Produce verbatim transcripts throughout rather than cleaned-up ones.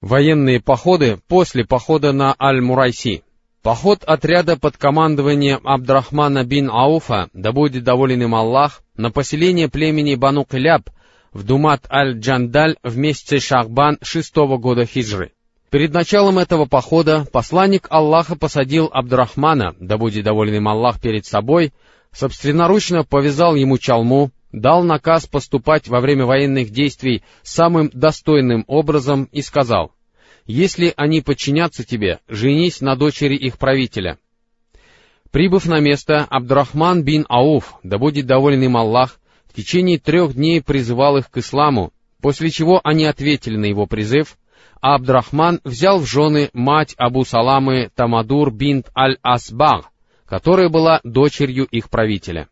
Военные походы после похода на Аль-Мурайси. Поход отряда под командованием Абдрахмана бин Ауфа, да будет доволен им Аллах, на поселение племени Бану Киляб в Думат Аль-Джандаль в месяце Шахбан шестого года хиджры. Перед началом этого похода посланник Аллаха посадил Абдрахмана, да будет доволен им Аллах, перед собой, собственноручно повязал ему чалму, дал наказ поступать во время военных действий самым достойным образом и сказал: «Если они подчинятся тебе, женись на дочери их правителя». Прибыв на место, Абдрахман бин Ауф, да будет доволен им Аллах, в течение трех дней призывал их к исламу, после чего они ответили на его призыв, а Абдрахман взял в жены мать Абу Саламы Тамадур бинт Аль-Асбаг, которая была дочерью их правителя.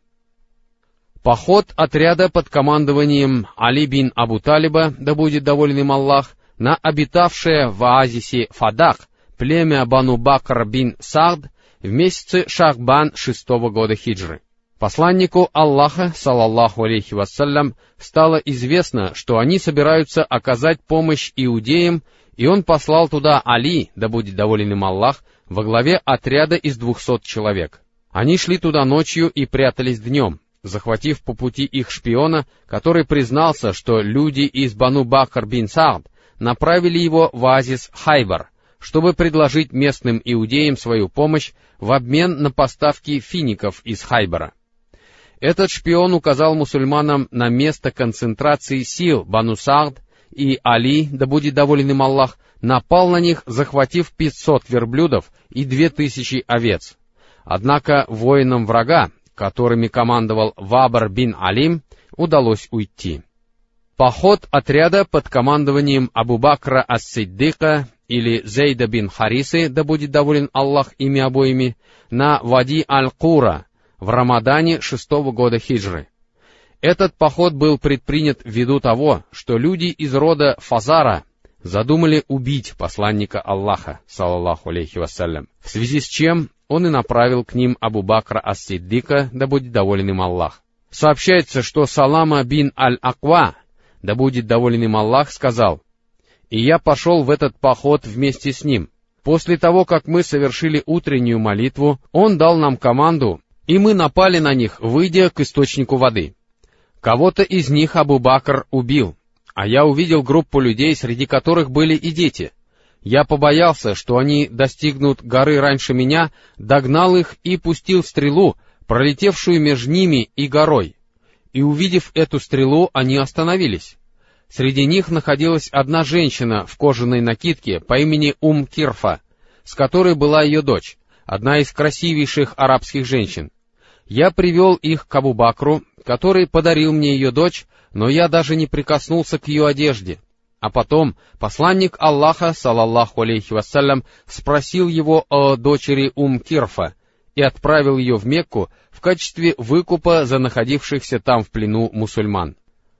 Поход отряда под командованием Али бин Абу Талиба, да будет доволен им Аллах, на обитавшее в оазисе Фадак племя Бану Бакр бин Саад в месяце Шахбан шестого года хиджры. Посланнику Аллаха, салаллаху алейхи вассалям, стало известно, что они собираются оказать помощь иудеям, и он послал туда Али, да будет доволен им Аллах, во главе отряда из двухсот человек. Они шли туда ночью и прятались днем, захватив по пути их шпиона, который признался, что люди из Бану Бакр бин Саад направили его в оазис Хайбар, чтобы предложить местным иудеям свою помощь в обмен на поставки фиников из Хайбара. Этот шпион указал мусульманам на место концентрации сил Бану Саад, и Али, да будет доволен им Аллах, напал на них, захватив пятьсот верблюдов и две тысячи овец. Однако воинам врага, которыми командовал Вабр бин Алим, удалось уйти. Поход отряда под командованием Абу Бакра ас-Сиддика или Зейда бин Харисы, да будет доволен Аллах ими обоими, на Вади Аль-Кура в Рамадане шестого года хиджры. Этот поход был предпринят ввиду того, что люди из рода Фазара задумали убить посланника Аллаха, салаллаху алейхи вассалям, в связи с чем он и направил к ним Абу Бакра ас-Сиддика, да будет доволен им Аллах. Сообщается, что Салама бин Аль-Аква, да будет доволен им Аллах, сказал: «И я пошел в этот поход вместе с ним. После того, как мы совершили утреннюю молитву, он дал нам команду, и мы напали на них, выйдя к источнику воды. Кого-то из них Абу Бакр убил, а я увидел группу людей, среди которых были и дети. Я побоялся, что они достигнут горы раньше меня, догнал их и пустил стрелу, пролетевшую между ними и горой. И, увидев эту стрелу, они остановились. Среди них находилась одна женщина в кожаной накидке по имени Ум Кирфа, с которой была ее дочь, одна из красивейших арабских женщин. Я привел их к Абу Бакру, который подарил мне ее дочь, но я даже не прикоснулся к ее одежде. А потом посланник Аллаха, салаллаху алейхи вассалям, спросил его о дочери Ум Кирфа и отправил ее в Мекку в качестве выкупа за находившихся там в плену мусульман.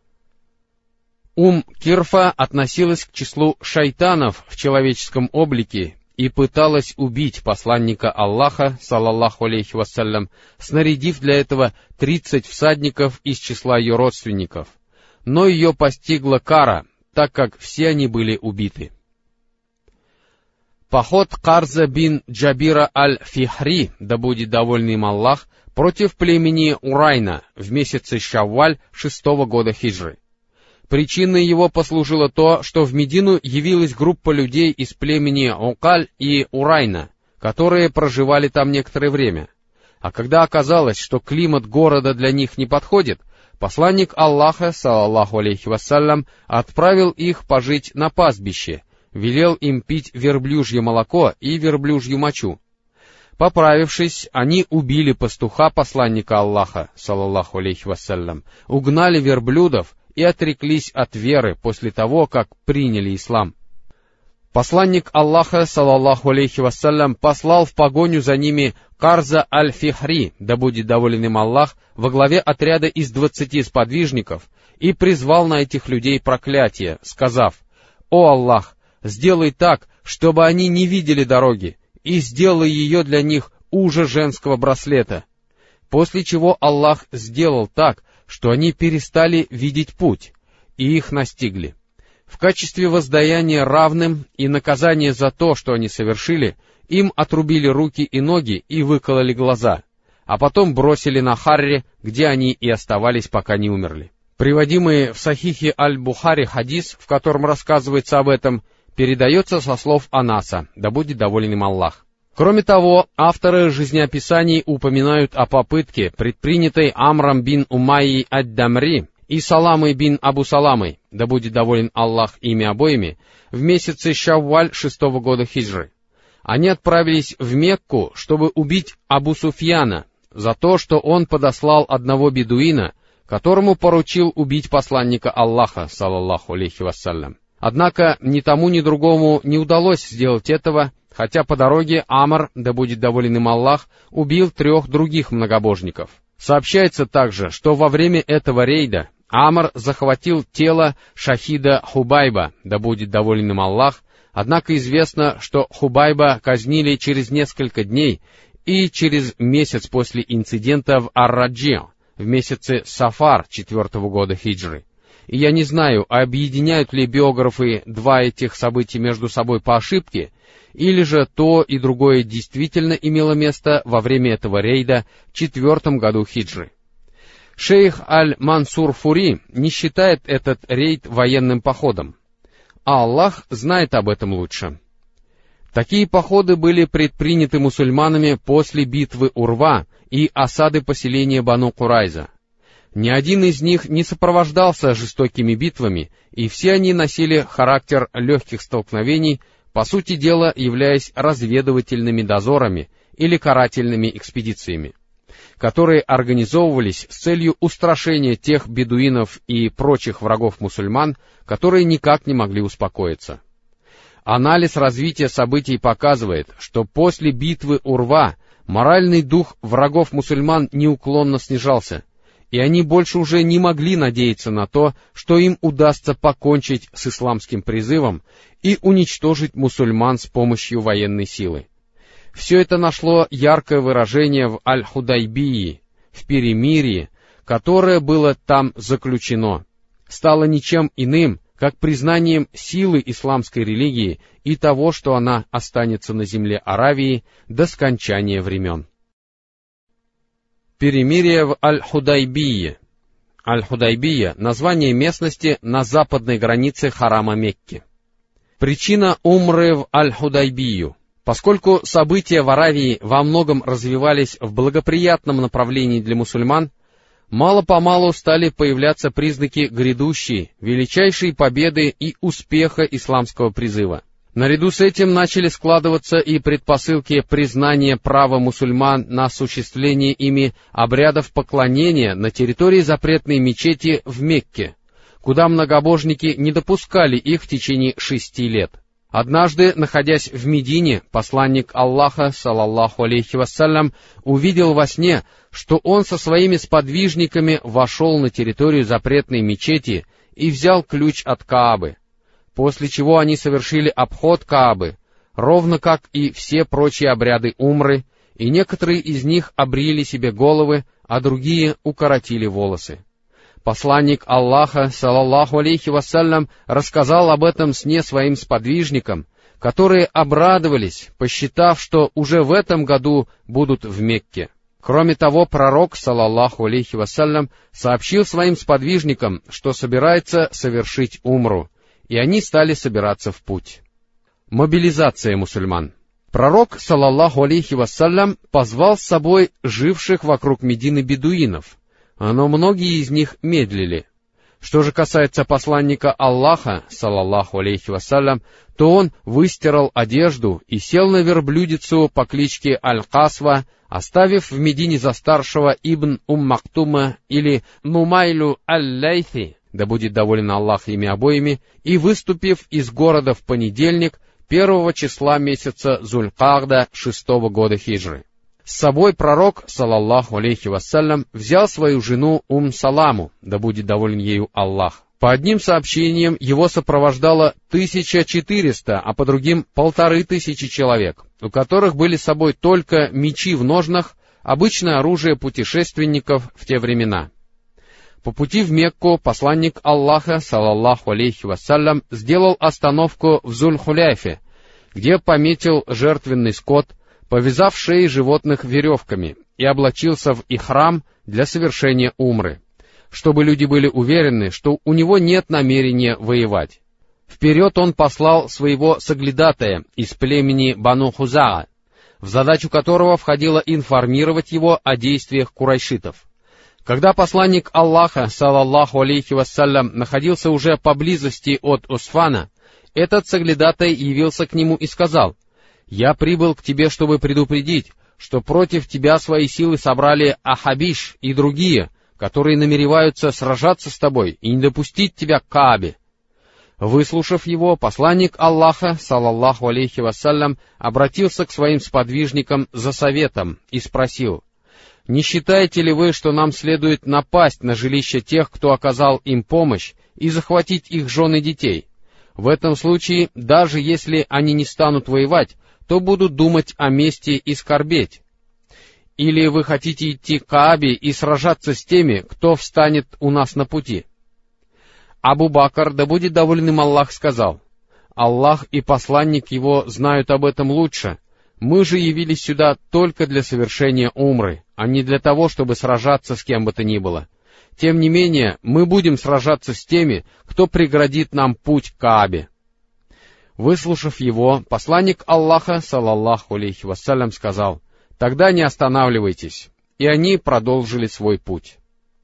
Ум Кирфа относилась к числу шайтанов в человеческом облике и пыталась убить посланника Аллаха, салаллаху алейхи вассалям, снарядив для этого тридцать всадников из числа ее родственников. Но ее постигла кара, так как все они были убиты. Поход Карза бин Джабира аль-Фихри, да будет доволен им Аллах, против племени Урайна в месяце Шавваль шестого года хиджры. Причиной его послужило то, что в Медину явилась группа людей из племени Окаль и Урайна, которые проживали там некоторое время. А когда оказалось, что климат города для них не подходит, посланник Аллаха, салаллаху алейхи вассалям, отправил их пожить на пастбище, велел им пить верблюжье молоко и верблюжью мочу. Поправившись, они убили пастуха посланника Аллаха, салаллаху алейхи вассалям, угнали верблюдов и отреклись от веры после того, как приняли ислам. Посланник Аллаха, салаллаху алейхи вассалям, послал в погоню за ними Карза аль-Фихри, да будет доволен им Аллах, во главе отряда из двадцати сподвижников, и призвал на этих людей проклятие, сказав: «О Аллах, сделай так, чтобы они не видели дороги, и сделай ее для них уже женского браслета». После чего Аллах сделал так, что они перестали видеть путь, и их настигли. В качестве воздаяния равным и наказания за то, что они совершили, им отрубили руки и ноги и выкололи глаза, а потом бросили на Харре, где они и оставались, пока не умерли. Приводимый в Сахихе Аль-Бухари хадис, в котором рассказывается об этом, передается со слов Анаса, да будет доволен им Аллах. Кроме того, авторы жизнеописаний упоминают о попытке, предпринятой Амром бин Умайи ад-Дамри и Саламой бин Абу Саламой, да будет доволен Аллах ими обоими, в месяце Шавваль шестого года хиджры. Они отправились в Мекку, чтобы убить Абу Суфьяна за то, что он подослал одного бедуина, которому поручил убить посланника Аллаха, саллаллаху алейхи вассалям. Однако ни тому, ни другому не удалось сделать этого, хотя по дороге Амр, да будет доволен им Аллах, убил трех других многобожников. Сообщается также, что во время этого рейда Амр захватил тело шахида Хубайба, да будет доволен им Аллах, однако известно, что Хубайба казнили через несколько дней и через месяц после инцидента в Ар-Раджи, в месяце Сафар четвертого года хиджры. И я не знаю, объединяют ли биографы два этих события между собой по ошибке, или же то и другое действительно имело место во время этого рейда в четвертом году хиджры. Шейх Аль-Мансур Фури не считает этот рейд военным походом, а Аллах знает об этом лучше. Такие походы были предприняты мусульманами после битвы Урва и осады поселения Бану Курайза. Ни один из них не сопровождался жестокими битвами, и все они носили характер легких столкновений, по сути дела являясь разведывательными дозорами или карательными экспедициями, которые организовывались с целью устрашения тех бедуинов и прочих врагов мусульман, которые никак не могли успокоиться. Анализ развития событий показывает, что после битвы Урва моральный дух врагов мусульман неуклонно снижался, и они больше уже не могли надеяться на то, что им удастся покончить с исламским призывом и уничтожить мусульман с помощью военной силы. Все это нашло яркое выражение в Аль-Худайбии, в перемирии, которое было там заключено, стало ничем иным, как признанием силы исламской религии и того, что она останется на земле Аравии до скончания времен. Перемирие в Аль-Худайбии. Аль-Худайбия — название местности на западной границе харама Мекки. Причина умры в Аль-Худайбию. Поскольку события в Аравии во многом развивались в благоприятном направлении для мусульман, мало-помалу стали появляться признаки грядущей, величайшей победы и успеха исламского призыва. Наряду с этим начали складываться и предпосылки признания права мусульман на осуществление ими обрядов поклонения на территории запретной мечети в Мекке, куда многобожники не допускали их в течение шести лет. Однажды, находясь в Медине, посланник Аллаха, салаллаху алейхи вассалям, увидел во сне, что он со своими сподвижниками вошел на территорию запретной мечети и взял ключ от Каабы, после чего они совершили обход Каабы, ровно как и все прочие обряды умры, и некоторые из них обрили себе головы, а другие укоротили волосы. Посланник Аллаха, салаллаху алейхи вассалям, рассказал об этом сне своим сподвижникам, которые обрадовались, посчитав, что уже в этом году будут в Мекке. Кроме того, пророк, салаллаху алейхи вассалям, сообщил своим сподвижникам, что собирается совершить умру, и они стали собираться в путь. Мобилизация мусульман. Пророк, салаллаху алейхи вассалям, позвал с собой живших вокруг Медины бедуинов, но многие из них медлили. Что же касается посланника Аллаха, салаллаху алейхи вассалям, то он выстирал одежду и сел на верблюдицу по кличке Аль-Касва, оставив в Медине за старшего Ибн Ум-Мактума или Нумайлю Аль-Лайфи, да будет доволен Аллах ими обоими, и выступив из города в понедельник, первого числа месяца Зуль-Ка'да шестого года хиджры. С собой пророк, салаллаху алейхи вассалям, взял свою жену Ум-Саламу, да будет доволен ею Аллах. По одним сообщениям его сопровождало тысяча четыреста, а по другим полторы тысячи человек, у которых были с собой только мечи в ножнах, обычное оружие путешественников в те времена. По пути в Мекку посланник Аллаха, салаллаху алейхи вассалям, сделал остановку в Зуль-Хуляйфе, где пометил жертвенный скот, повязав шеи животных веревками, и облачился в ихрам для совершения умры, чтобы люди были уверены, что у него нет намерения воевать. Вперед он послал своего соглядатая из племени Бану Хузаа, в задачу которого входило информировать его о действиях курайшитов. Когда посланник Аллаха, салаллаху алейхи вассалям, находился уже поблизости от Усфана, этот соглядатай явился к нему и сказал: «Я прибыл к тебе, чтобы предупредить, что против тебя свои силы собрали Ахабиш и другие, которые намереваются сражаться с тобой и не допустить тебя к Каабе». Выслушав его, посланник Аллаха, салаллаху алейхи вассалям, обратился к своим сподвижникам за советом и спросил: «Не считаете ли вы, что нам следует напасть на жилище тех, кто оказал им помощь, и захватить их жен и детей? В этом случае, даже если они не станут воевать, то будут думать о мести и скорбеть. Или вы хотите идти к Каабе и сражаться с теми, кто встанет у нас на пути?» Абу Бакр, да будет доволен им Аллах, сказал: «Аллах и посланник его знают об этом лучше. Мы же явились сюда только для совершения умры, а не для того, чтобы сражаться с кем бы то ни было. Тем не менее, мы будем сражаться с теми, кто преградит нам путь к Каабе». Выслушав его, посланник Аллаха, салаллаху алейхи вассалям, сказал: «Тогда не останавливайтесь». И они продолжили свой путь.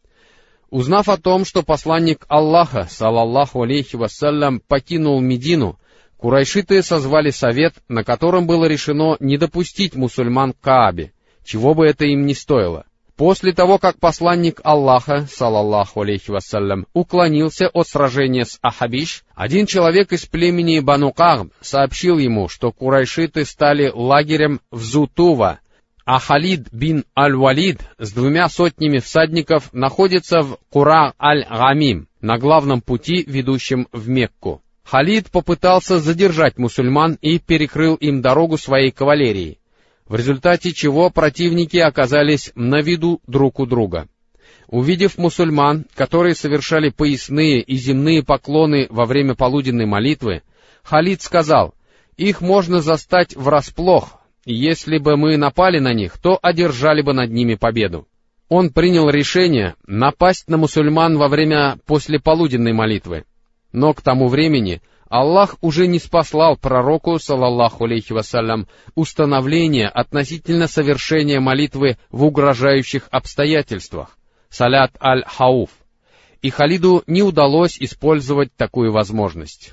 Узнав о том, что посланник Аллаха, салаллаху алейхи вассалям, покинул Медину, курайшиты созвали совет, на котором было решено не допустить мусульман к Каабе, чего бы это им ни стоило. После того, как посланник Аллаха, салаллаху алейхи вассалям, уклонился от сражения с Ахабиш, один человек из племени Бану Кагб сообщил ему, что курайшиты стали лагерем в Зутува, а Халид бин Аль-Валид с двумя сотнями всадников находится в Кура-Аль-Гамим, на главном пути, ведущем в Мекку. Халид попытался задержать мусульман и перекрыл им дорогу своей кавалерией, в результате чего противники оказались на виду друг у друга. Увидев мусульман, которые совершали поясные и земные поклоны во время полуденной молитвы, Халид сказал: «Их можно застать врасплох, и если бы мы напали на них, то одержали бы над ними победу». Он принял решение напасть на мусульман во время послеполуденной молитвы. Но к тому времени Аллах уже не спаслал пророку, салаллаху алейхи вассалям, установление относительно совершения молитвы в угрожающих обстоятельствах, салят аль-хауф, и Халиду не удалось использовать такую возможность.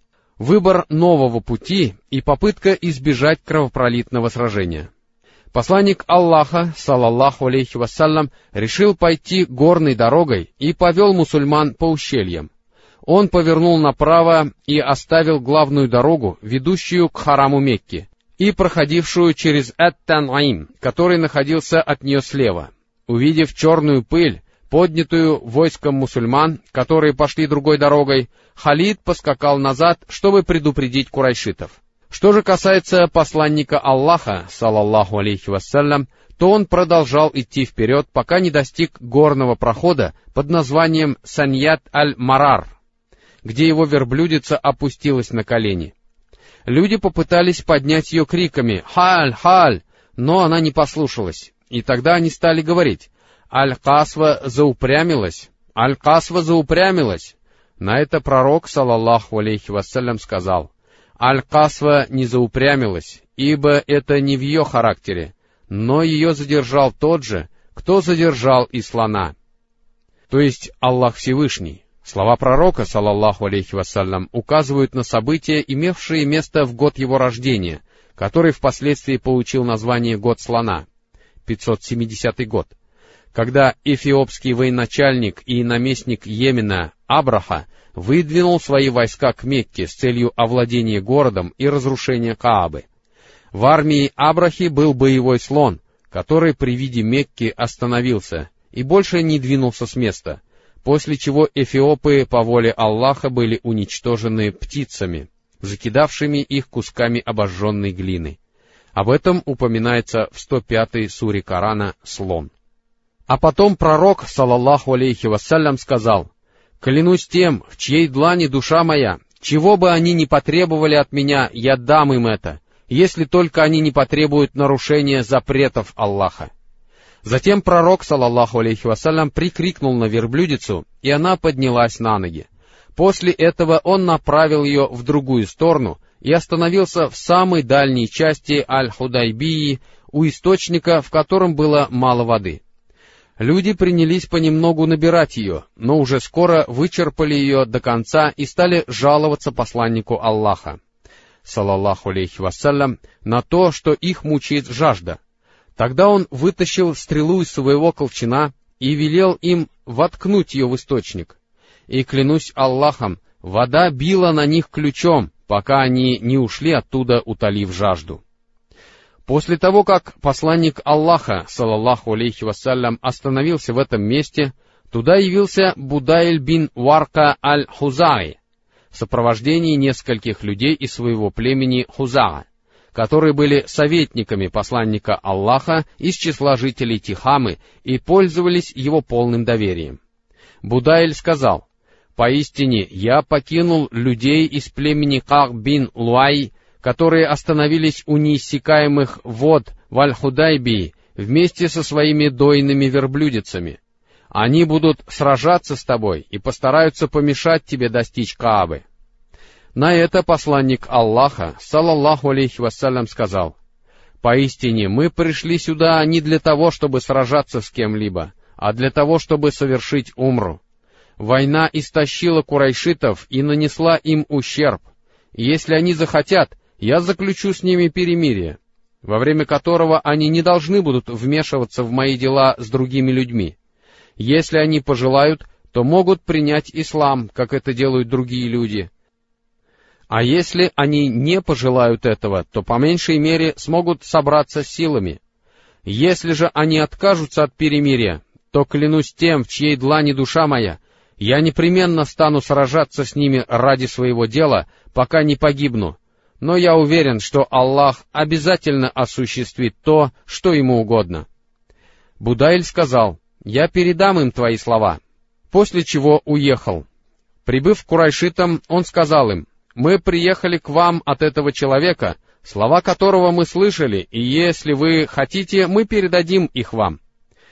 Выбор нового пути и попытка избежать кровопролитного сражения. Посланник Аллаха, салаллаху алейхи вассалям, решил пойти горной дорогой и повел мусульман по ущельям. Он повернул направо и оставил главную дорогу, ведущую к хараму Мекки, и проходившую через Ат-Тан'им, который находился от нее слева. Увидев черную пыль, поднятую войском мусульман, которые пошли другой дорогой, Халид поскакал назад, чтобы предупредить курайшитов. Что же касается посланника Аллаха, салаллаху алейхи вассалям, то он продолжал идти вперед, пока не достиг горного прохода под названием Саньят-аль-Марар, где его верблюдица опустилась на колени. Люди попытались поднять ее криками «Халь! Халь!», но она не послушалась, и тогда они стали говорить: «Аль-Касва заупрямилась! Аль-Касва заупрямилась!» На это пророк, салаллаху алейхи вассалям, сказал: «Аль-Касва не заупрямилась, ибо это не в ее характере, но ее задержал тот же, кто задержал и слона». То есть Аллах Всевышний. Слова пророка, салаллаху алейхи вассалям, указывают на события, имевшие место в год его рождения, который впоследствии получил название «Год слона», пятьсот семидесятый год, когда эфиопский военачальник и наместник Йемена Абраха выдвинул свои войска к Мекке с целью овладения городом и разрушения Каабы. В армии Абрахи был боевой слон, который при виде Мекки остановился и больше не двинулся с места, после чего эфиопы по воле Аллаха были уничтожены птицами, закидавшими их кусками обожженной глины. Об этом упоминается в сто пятой суре Корана «Слон». А потом пророк, салаллаху алейхи вассалям, сказал: «Клянусь тем, в чьей длани душа моя, чего бы они ни потребовали от меня, я дам им это, если только они не потребуют нарушения запретов Аллаха». Затем пророк, салаллаху алейхи вассалям, прикрикнул на верблюдицу, и она поднялась на ноги. После этого он направил ее в другую сторону и остановился в самой дальней части Аль-Худайбии, у источника, в котором было мало воды. Люди принялись понемногу набирать ее, но уже скоро вычерпали ее до конца и стали жаловаться посланнику Аллаха, салаллаху алейхи вассалям, на то, что их мучает жажда. Тогда он вытащил стрелу из своего колчана и велел им воткнуть ее в источник. И, клянусь Аллахом, вода била на них ключом, пока они не ушли оттуда, утолив жажду. После того, как посланник Аллаха, салаллаху алейхи вассалям, остановился в этом месте, туда явился Будайль бин Варка аль-Хузаи в сопровождении нескольких людей из своего племени Хузаа, которые были советниками посланника Аллаха из числа жителей Тихамы и пользовались его полным доверием. Будайль сказал: «Поистине я покинул людей из племени Ка'б бин Луай, которые остановились у неиссякаемых вод в Аль-Худайбии вместе со своими дойными верблюдицами. Они будут сражаться с тобой и постараются помешать тебе достичь Каабы». На это посланник Аллаха, салаллаху алейхи вассалям, сказал: «Поистине мы пришли сюда не для того, чтобы сражаться с кем-либо, а для того, чтобы совершить умру. Война истощила курайшитов и нанесла им ущерб. И если они захотят, я заключу с ними перемирие, во время которого они не должны будут вмешиваться в мои дела с другими людьми. Если они пожелают, то могут принять ислам, как это делают другие люди. А если они не пожелают этого, то по меньшей мере смогут собраться силами. Если же они откажутся от перемирия, то клянусь тем, в чьей длани душа моя, я непременно стану сражаться с ними ради своего дела, пока не погибну. Но я уверен, что Аллах обязательно осуществит то, что ему угодно». Будайль сказал: «Я передам им твои слова», после чего уехал. Прибыв к курайшитам, он сказал им: «Мы приехали к вам от этого человека, слова которого мы слышали, и если вы хотите, мы передадим их вам».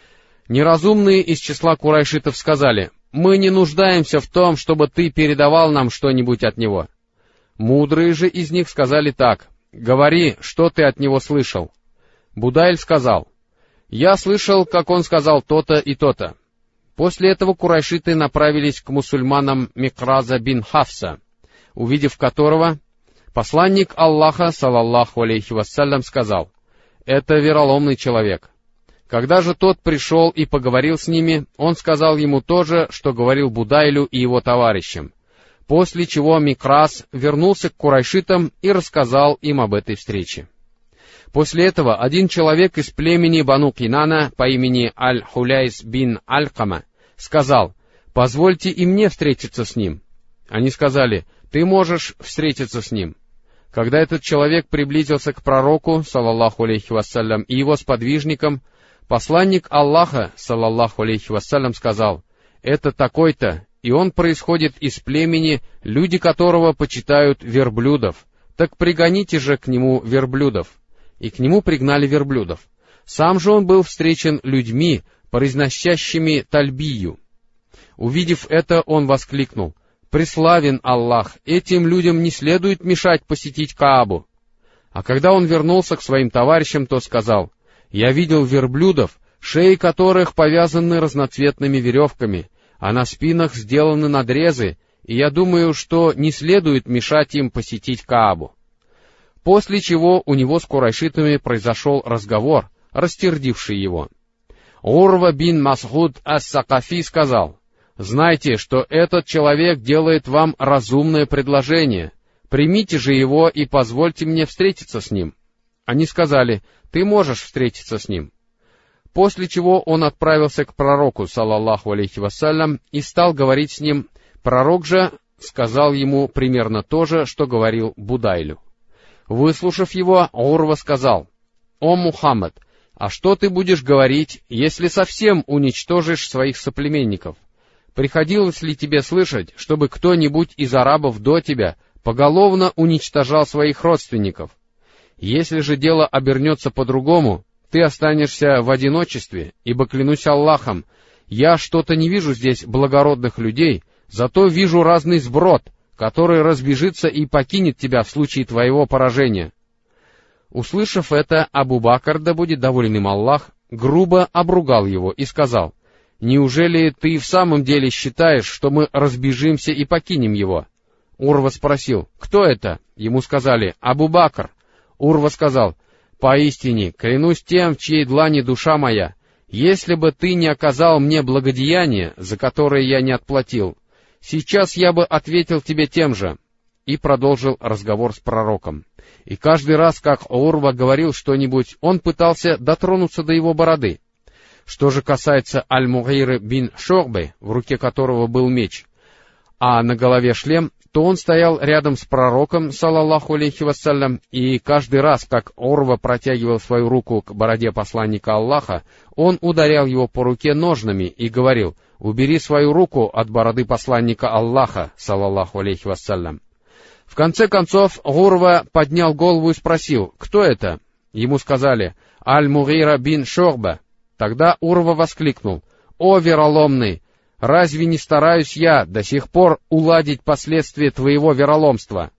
Неразумные из числа курайшитов сказали: «Мы не нуждаемся в том, чтобы ты передавал нам что-нибудь от него». Мудрые же из них сказали так: «Говори, что ты от него слышал». Будайль сказал: «Я слышал, как он сказал то-то и то-то». После этого курайшиты направились к мусульманам Микраза бин Хафса, увидев которого, посланник Аллаха, салаллаху алейхи вассалям, сказал: «Это вероломный человек». Когда же тот пришел и поговорил с ними, он сказал ему то же, что говорил Будайлю и его товарищам, после чего Микрас вернулся к курайшитам и рассказал им об этой встрече. После этого один человек из племени Бану Кинана по имени Аль-Хуляйс бин Аль-Кама сказал: «Позвольте и мне встретиться с ним». Они сказали: «Ты можешь встретиться с ним». Когда этот человек приблизился к пророку, салаллаху алейхи вассалям, и его сподвижникам, посланник Аллаха, салаллаху алейхи вассалям, сказал: «Это такой-то, и он происходит из племени, люди которого почитают верблюдов. Так пригоните же к нему верблюдов». И к нему пригнали верблюдов. Сам же он был встречен людьми, произносящими тальбию. Увидев это, он воскликнул: «Преславен Аллах! Этим людям не следует мешать посетить Каабу». А когда он вернулся к своим товарищам, то сказал: «Я видел верблюдов, шеи которых повязаны разноцветными веревками, а на спинах сделаны надрезы, и я думаю, что не следует мешать им посетить Каабу». После чего у него с курайшитами произошел разговор, растердивший его. Урва бин Мас'уд ас-Сакафи сказал: «Знайте, что этот человек делает вам разумное предложение. Примите же его и позвольте мне встретиться с ним». Они сказали: «Ты можешь встретиться с ним». После чего он отправился к пророку, салаллаху алейхи вассалям, и стал говорить с ним. Пророк же сказал ему примерно то же, что говорил Будайлю. Выслушав его, Урва сказал: «О Мухаммад, А что ты будешь говорить, если совсем уничтожишь своих соплеменников? Приходилось ли тебе слышать, чтобы кто-нибудь из арабов до тебя поголовно уничтожал своих родственников? Если же дело обернется по-другому, ты останешься в одиночестве, ибо, клянусь Аллахом, я что-то не вижу здесь благородных людей, зато вижу разный сброд, который разбежится и покинет тебя в случае твоего поражения». Услышав это, Абу Бакр, да будет доволен им Аллах, грубо обругал его и сказал: «Неужели ты в самом деле считаешь, что мы разбежимся и покинем его?» Урва спросил: «Кто это?» Ему сказали: «Абу Бакр». Урва сказал: «Поистине, клянусь тем, в чьей длани душа моя, если бы ты не оказал мне благодеяние, за которое я не отплатил, сейчас я бы ответил тебе тем же». И продолжил разговор с пророком. И каждый раз, как Урва говорил что-нибудь, он пытался дотронуться до его бороды. Что же касается Аль-Мугайры бин Шу'бы, в руке которого был меч, а на голове шлем, то он стоял рядом с пророком, салаллаху алейхи вассалям, и каждый раз, как Урва протягивал свою руку к бороде посланника Аллаха, он ударял его по руке ножнами и говорил: «Убери свою руку от бороды посланника Аллаха, салаллаху алейхи вассалям». В конце концов, Урва поднял голову и спросил: «Кто это?» Ему сказали: «Аль-Мугайра бин Шу'ба». Тогда Урва воскликнул: «О вероломный! Разве не стараюсь я до сих пор уладить последствия твоего вероломства?»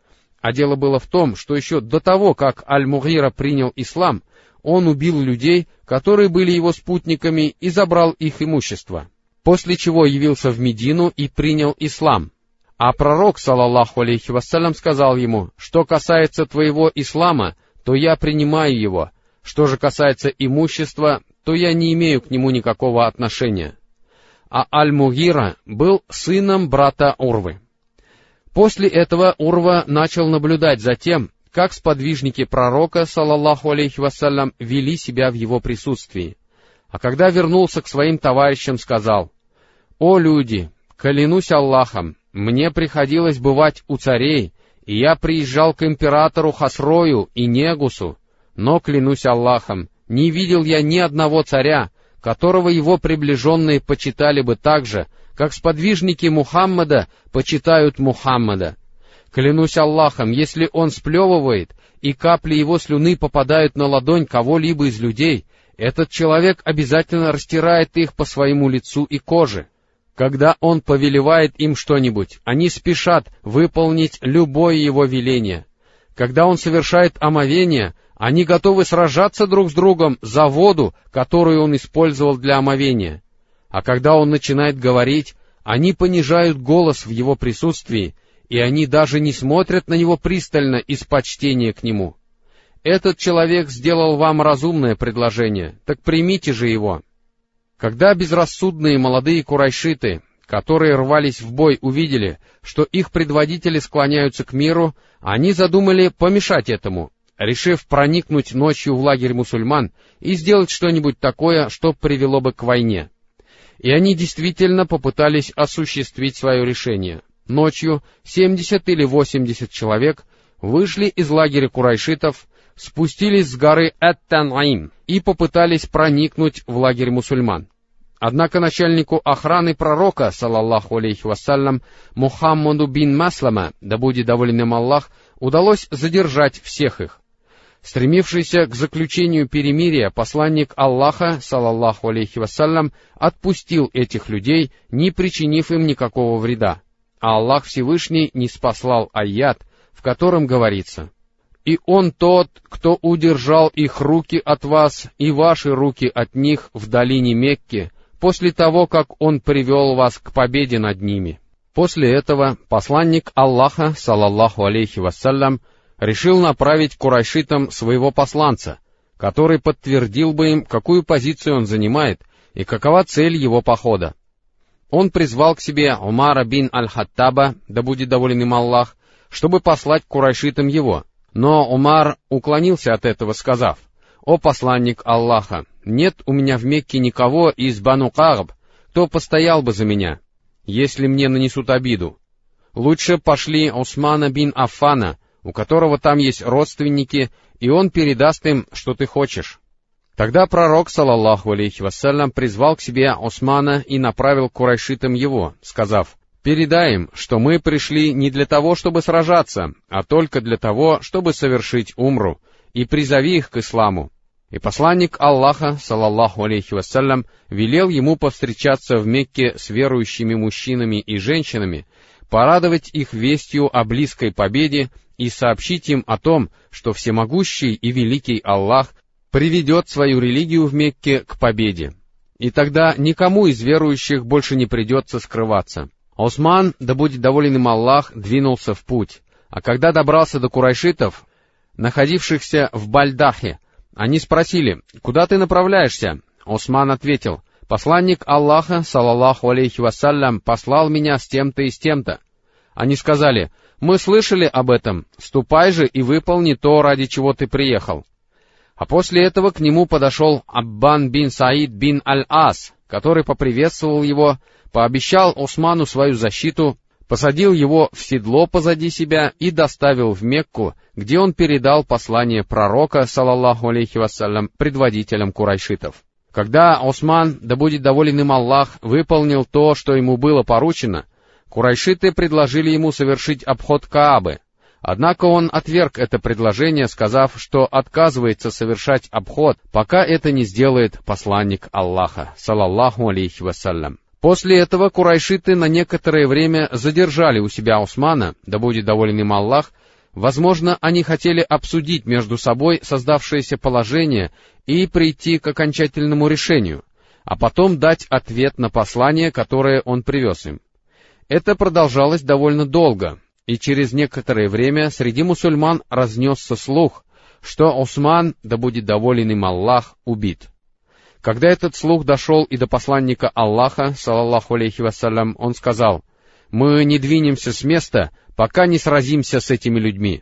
А дело было в том, что еще до того, как Аль-Мугайра принял ислам, он убил людей, которые были его спутниками, и забрал их имущество, после чего явился в Медину и принял ислам. А пророк, салаллаху алейхи вассалям, сказал ему: «Что касается твоего ислама, то я принимаю его. Что же касается имущества, то я не имею к нему никакого отношения». А Аль-Мугайра был сыном брата Урвы. После этого Урва начал наблюдать за тем, как сподвижники пророка, салаллаху алейхи вассалям, вели себя в его присутствии. А когда вернулся к своим товарищам, сказал: «О люди, клянусь Аллахом, мне приходилось бывать у царей, и я приезжал к императору Хасрою и Негусу, но, клянусь Аллахом, не видел я ни одного царя, которого его приближенные почитали бы так же, как сподвижники Мухаммада почитают Мухаммада. Клянусь Аллахом, если он сплевывает, и капли его слюны попадают на ладонь кого-либо из людей, этот человек обязательно растирает их по своему лицу и коже. Когда он повелевает им что-нибудь, они спешат выполнить любое его веление. Когда он совершает омовение, они готовы сражаться друг с другом за воду, которую он использовал для омовения. А когда он начинает говорить, они понижают голос в его присутствии, и они даже не смотрят на него пристально из почтения к нему. Этот человек сделал вам разумное предложение, так примите же его». Когда безрассудные молодые курайшиты, которые рвались в бой, увидели, что их предводители склоняются к миру, они задумали помешать этому, решив проникнуть ночью в лагерь мусульман и сделать что-нибудь такое, что привело бы к войне. И они действительно попытались осуществить свое решение. Ночью семьдесят или восемьдесят человек вышли из лагеря курайшитов, спустились с горы Ат-Танаим и попытались проникнуть в лагерь мусульман. Однако начальнику охраны пророка, салаллаху алейхи вассалям, Мухаммаду бин Маслама, да будет доволен им Аллах, удалось задержать всех их. Стремившийся к заключению перемирия, посланник Аллаха, салаллаху алейхи вассалям, отпустил этих людей, не причинив им никакого вреда. А Аллах Всевышний ниспослал аят, в котором говорится: «И Он тот, кто удержал их руки от вас и ваши руки от них в долине Мекки, после того, как Он привел вас к победе над ними». После этого посланник Аллаха, салаллаху алейхи вассалям, решил направить курайшитам своего посланца, который подтвердил бы им, какую позицию он занимает и какова цель его похода. Он призвал к себе Умара бин Аль-Хаттаба, да будет доволен им Аллах, чтобы послать к курайшитам его. Но Умар уклонился от этого, сказав: «О посланник Аллаха, нет у меня в Мекке никого из Бану Кагб, кто постоял бы за меня, если мне нанесут обиду. Лучше пошли Усмана бин Аффана, у которого там есть родственники, и он передаст им, что ты хочешь». Тогда пророк, салаллаху алейхи вассалям, призвал к себе Османа и направил к курайшитам его, сказав: «Передай им, что мы пришли не для того, чтобы сражаться, а только для того, чтобы совершить умру, и призови их к исламу». И посланник Аллаха, салаллаху алейхи вассалям, велел ему повстречаться в Мекке с верующими мужчинами и женщинами, порадовать их вестью о близкой победе и сообщить им о том, что всемогущий и великий Аллах приведет свою религию в Мекке к победе. И тогда никому из верующих больше не придется скрываться. Осман, да будет доволен им Аллах, двинулся в путь, а когда добрался до курайшитов, находившихся в Бальдахе, они спросили: «Куда ты направляешься?» Осман ответил: «Посланник Аллаха, салаллаху алейхи вассалям, послал меня с тем-то и с тем-то». Они сказали: «Мы слышали об этом, ступай же и выполни то, ради чего ты приехал». А после этого к нему подошел Аббан бин Саид бин Аль-Ас, который поприветствовал его, пообещал Осману свою защиту, посадил его в седло позади себя и доставил в Мекку, где он передал послание пророка, салаллаху алейхи вассалям, предводителям курайшитов. Когда Осман, да будет доволен им Аллах, выполнил то, что ему было поручено, курайшиты предложили ему совершить обход Каабы. Однако он отверг это предложение, сказав, что отказывается совершать обход, пока это не сделает посланник Аллаха, салаллаху алейхи вассалям. После этого курайшиты на некоторое время задержали у себя Османа, да будет доволен им Аллах. Возможно, они хотели обсудить между собой создавшееся положение и прийти к окончательному решению, а потом дать ответ на послание, которое он привез им. Это продолжалось довольно долго, и через некоторое время среди мусульман разнесся слух, что Осман, да будет доволен им Аллах, убит. Когда этот слух дошел и до посланника Аллаха, салаллаху алейхи вассалям, он сказал: «Мы не двинемся с места, пока не сразимся с этими людьми».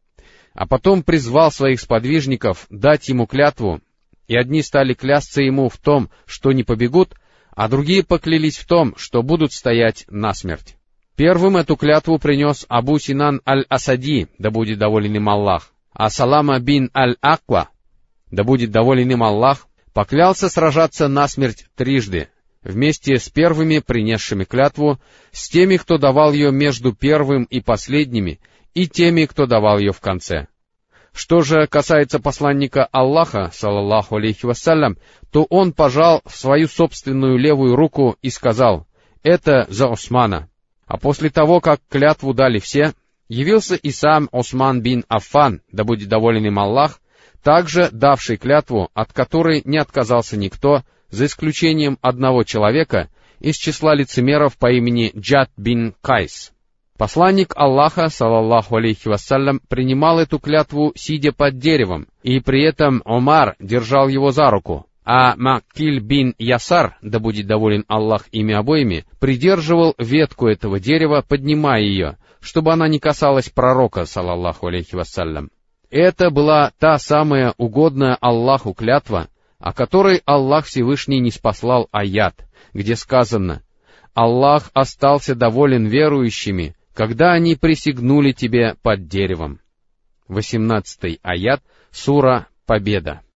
А потом призвал своих сподвижников дать ему клятву, и одни стали клясться ему в том, что не побегут, а другие поклялись в том, что будут стоять насмерть. Первым эту клятву принес Абу Синан аль-Асади, да будет доволен им Аллах, а Салама бин аль-Аква, да будет доволен им Аллах, поклялся сражаться насмерть трижды, вместе с первыми, принесшими клятву, с теми, кто давал ее между первым и последними, и теми, кто давал ее в конце. Что же касается посланника Аллаха, салаллаху алейхи вассалям, то он пожал в свою собственную левую руку и сказал: «Это за Османа». А после того, как клятву дали все, явился и сам Осман бин Аффан, да будет доволен им Аллах, также давший клятву, от которой не отказался никто, за исключением одного человека из числа лицемеров по имени Джад бин Кайс. Посланник Аллаха, салаллаху алейхи вассалям, принимал эту клятву, сидя под деревом, и при этом Омар держал его за руку, а Маккиль бин Ясар, да будет доволен Аллах ими обоими, придерживал ветку этого дерева, поднимая ее, чтобы она не касалась пророка, салаллаху алейхи вассалям. Это была та самая угодная Аллаху клятва, о которой Аллах Всевышний ниспослал аят, где сказано: «Аллах остался доволен верующими, когда они присягнули тебе под деревом». восемнадцатый аят, сура «Победа».